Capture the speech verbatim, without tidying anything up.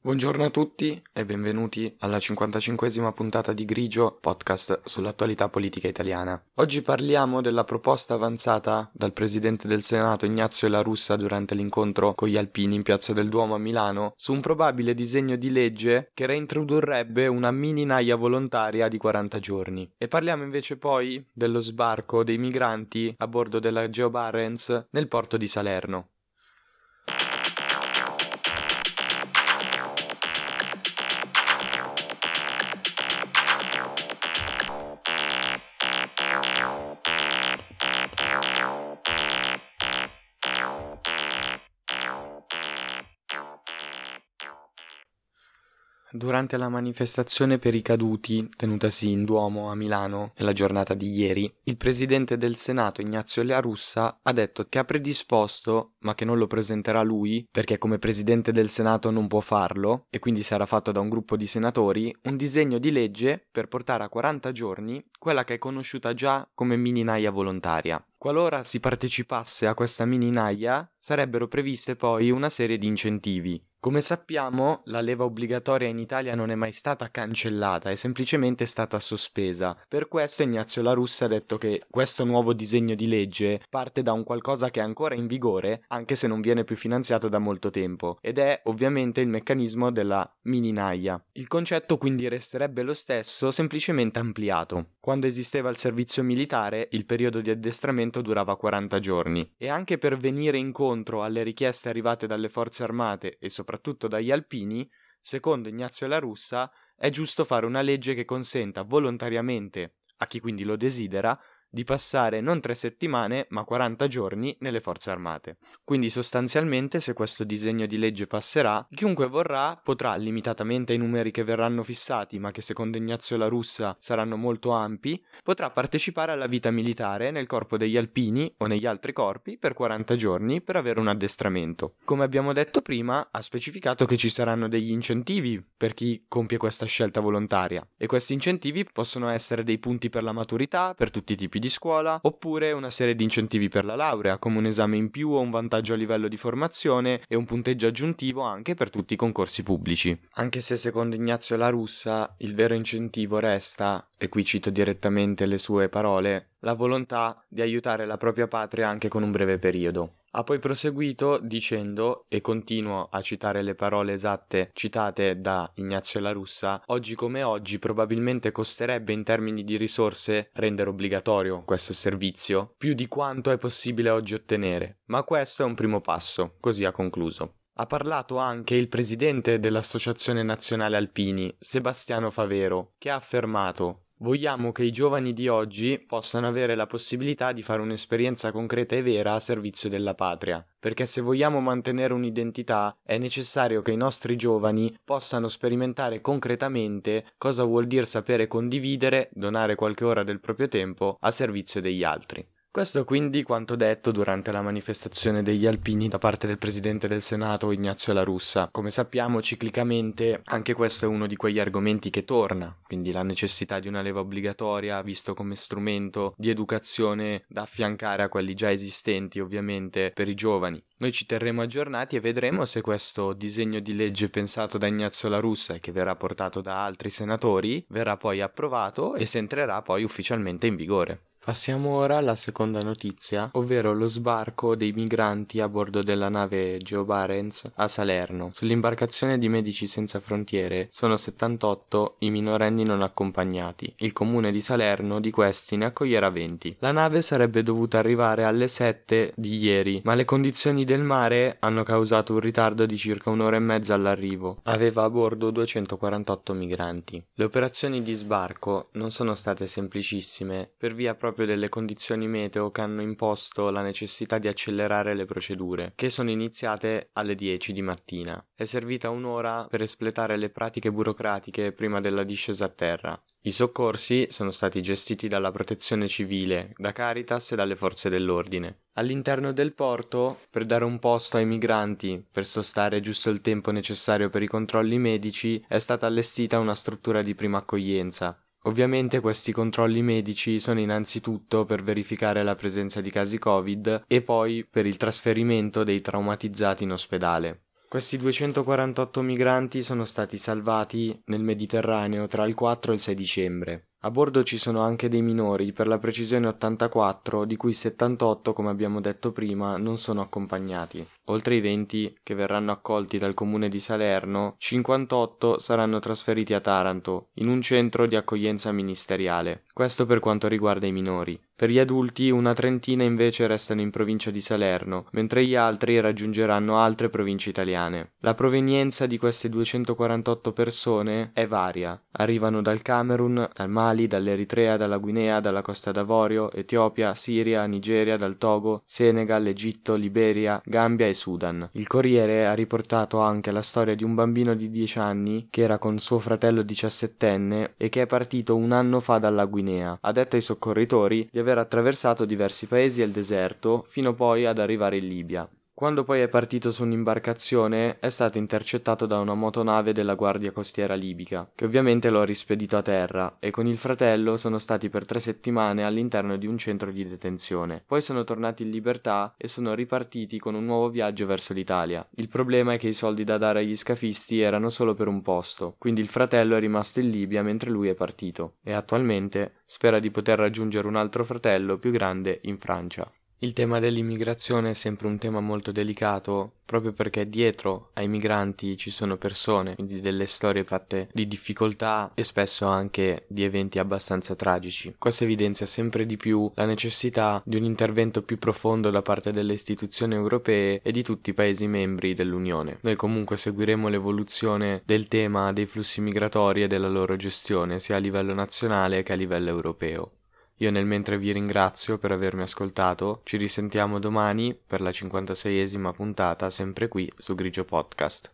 Buongiorno a tutti e benvenuti alla cinquantacinquesima puntata di Grigio, podcast sull'attualità politica italiana. Oggi parliamo della proposta avanzata dal Presidente del Senato Ignazio La Russa durante l'incontro con gli alpini in Piazza del Duomo a Milano su un probabile disegno di legge che reintrodurrebbe una mini naia volontaria di quaranta giorni. E parliamo invece poi dello sbarco dei migranti a bordo della Geo Barents nel porto di Salerno. Durante la manifestazione per i caduti, tenutasi in Duomo a Milano nella giornata di ieri, il presidente del Senato Ignazio La Russa ha detto che ha predisposto, ma che non lo presenterà lui, perché come presidente del Senato non può farlo, e quindi sarà fatto da un gruppo di senatori, un disegno di legge per portare a quaranta giorni quella che è conosciuta già come mini naia volontaria. Qualora si partecipasse a questa mini naia, sarebbero previste poi una serie di incentivi. Come sappiamo, la leva obbligatoria in Italia non è mai stata cancellata, è semplicemente stata sospesa. Per questo Ignazio La Russa ha detto che questo nuovo disegno di legge parte da un qualcosa che è ancora in vigore, anche se non viene più finanziato da molto tempo, ed è ovviamente il meccanismo della mini naia. Il concetto quindi resterebbe lo stesso, semplicemente ampliato. Quando esisteva il servizio militare, il periodo di addestramento durava quaranta giorni, e anche per venire incontro alle richieste arrivate dalle forze armate e soprattutto dagli alpini, secondo Ignazio La Russa, è giusto fare una legge che consenta volontariamente, a chi quindi lo desidera, di passare non tre settimane ma quaranta giorni nelle forze armate. Quindi sostanzialmente, se questo disegno di legge passerà, chiunque vorrà potrà, limitatamente ai numeri che verranno fissati ma che secondo Ignazio La Russa saranno molto ampi, potrà partecipare alla vita militare nel corpo degli alpini o negli altri corpi per quaranta giorni per avere un addestramento. Come abbiamo detto prima, ha specificato che ci saranno degli incentivi per chi compie questa scelta volontaria, e questi incentivi possono essere dei punti per la maturità, per tutti i tipi di scuola, oppure una serie di incentivi per la laurea, come un esame in più o un vantaggio a livello di formazione e un punteggio aggiuntivo anche per tutti i concorsi pubblici. Anche se secondo Ignazio La Russa il vero incentivo resta, e qui cito direttamente le sue parole, la volontà di aiutare la propria patria anche con un breve periodo. Ha poi proseguito dicendo, e continuo a citare le parole esatte citate da Ignazio La Russa, oggi come oggi probabilmente costerebbe in termini di risorse rendere obbligatorio questo servizio, più di quanto è possibile oggi ottenere, ma questo è un primo passo, così ha concluso. Ha parlato anche il presidente dell'Associazione Nazionale Alpini, Sebastiano Favero, che ha affermato: vogliamo che i giovani di oggi possano avere la possibilità di fare un'esperienza concreta e vera a servizio della patria, perché se vogliamo mantenere un'identità è necessario che i nostri giovani possano sperimentare concretamente cosa vuol dire sapere condividere, donare qualche ora del proprio tempo a servizio degli altri. Questo quindi quanto detto durante la manifestazione degli alpini da parte del Presidente del Senato Ignazio La Russa. Come sappiamo, ciclicamente anche questo è uno di quegli argomenti che torna, quindi la necessità di una leva obbligatoria visto come strumento di educazione da affiancare a quelli già esistenti ovviamente per i giovani. Noi ci terremo aggiornati e vedremo se questo disegno di legge pensato da Ignazio La Russa e che verrà portato da altri senatori verrà poi approvato e se entrerà poi ufficialmente in vigore. Passiamo ora alla seconda notizia, ovvero lo sbarco dei migranti a bordo della nave Geo Barents a Salerno. Sull'imbarcazione di Medici Senza Frontiere sono settantotto i minorenni non accompagnati. Il comune di Salerno di questi ne accoglierà venti. La nave sarebbe dovuta arrivare alle sette di ieri, ma le condizioni del mare hanno causato un ritardo di circa un'ora e mezza all'arrivo. Aveva a bordo duecentoquarantotto migranti. Le operazioni di sbarco non sono state semplicissime per via proprio delle condizioni meteo che hanno imposto la necessità di accelerare le procedure, che sono iniziate alle dieci di mattina. È servita un'ora per espletare le pratiche burocratiche prima della discesa a terra. I soccorsi sono stati gestiti dalla Protezione Civile, da Caritas e dalle forze dell'ordine. All'interno del porto, per dare un posto ai migranti, per sostare giusto il tempo necessario per i controlli medici, è stata allestita una struttura di prima accoglienza. Ovviamente questi controlli medici sono innanzitutto per verificare la presenza di casi Covid e poi per il trasferimento dei traumatizzati in ospedale. Questi duecentoquarantotto migranti sono stati salvati nel Mediterraneo tra il quattro e il sei dicembre. A bordo ci sono anche dei minori, per la precisione ottantaquattro, di cui settantotto, come abbiamo detto prima, non sono accompagnati. Oltre i venti che verranno accolti dal comune di Salerno, cinquantotto saranno trasferiti a Taranto, in un centro di accoglienza ministeriale. Questo per quanto riguarda i minori. Per gli adulti una trentina invece restano in provincia di Salerno, mentre gli altri raggiungeranno altre province italiane. La provenienza di queste duecentoquarantotto persone è varia. Arrivano dal Camerun, dal Mali, dall'Eritrea, dalla Guinea, dalla Costa d'Avorio, Etiopia, Siria, Nigeria, dal Togo, Senegal, Egitto, Liberia, Gambia e Sudan. Il Corriere ha riportato anche la storia di un bambino di dieci anni che era con suo fratello diciassettenne e che è partito un anno fa dalla Guinea. Ha detto ai soccorritori di aver attraversato diversi paesi e il deserto fino poi ad arrivare in Libia. Quando poi è partito su un'imbarcazione è stato intercettato da una motonave della Guardia Costiera libica, che ovviamente lo ha rispedito a terra, e con il fratello sono stati per tre settimane all'interno di un centro di detenzione. Poi sono tornati in libertà e sono ripartiti con un nuovo viaggio verso l'Italia. Il problema è che i soldi da dare agli scafisti erano solo per un posto, quindi il fratello è rimasto in Libia mentre lui è partito, e attualmente spera di poter raggiungere un altro fratello più grande in Francia. Il tema dell'immigrazione è sempre un tema molto delicato, proprio perché dietro ai migranti ci sono persone, quindi delle storie fatte di difficoltà e spesso anche di eventi abbastanza tragici. Questo evidenzia sempre di più la necessità di un intervento più profondo da parte delle istituzioni europee e di tutti i Paesi membri dell'Unione. Noi comunque seguiremo l'evoluzione del tema dei flussi migratori e della loro gestione, sia a livello nazionale che a livello europeo. Io nel mentre vi ringrazio per avermi ascoltato, ci risentiamo domani per la cinquantaseiesima puntata sempre qui su Grigio Podcast.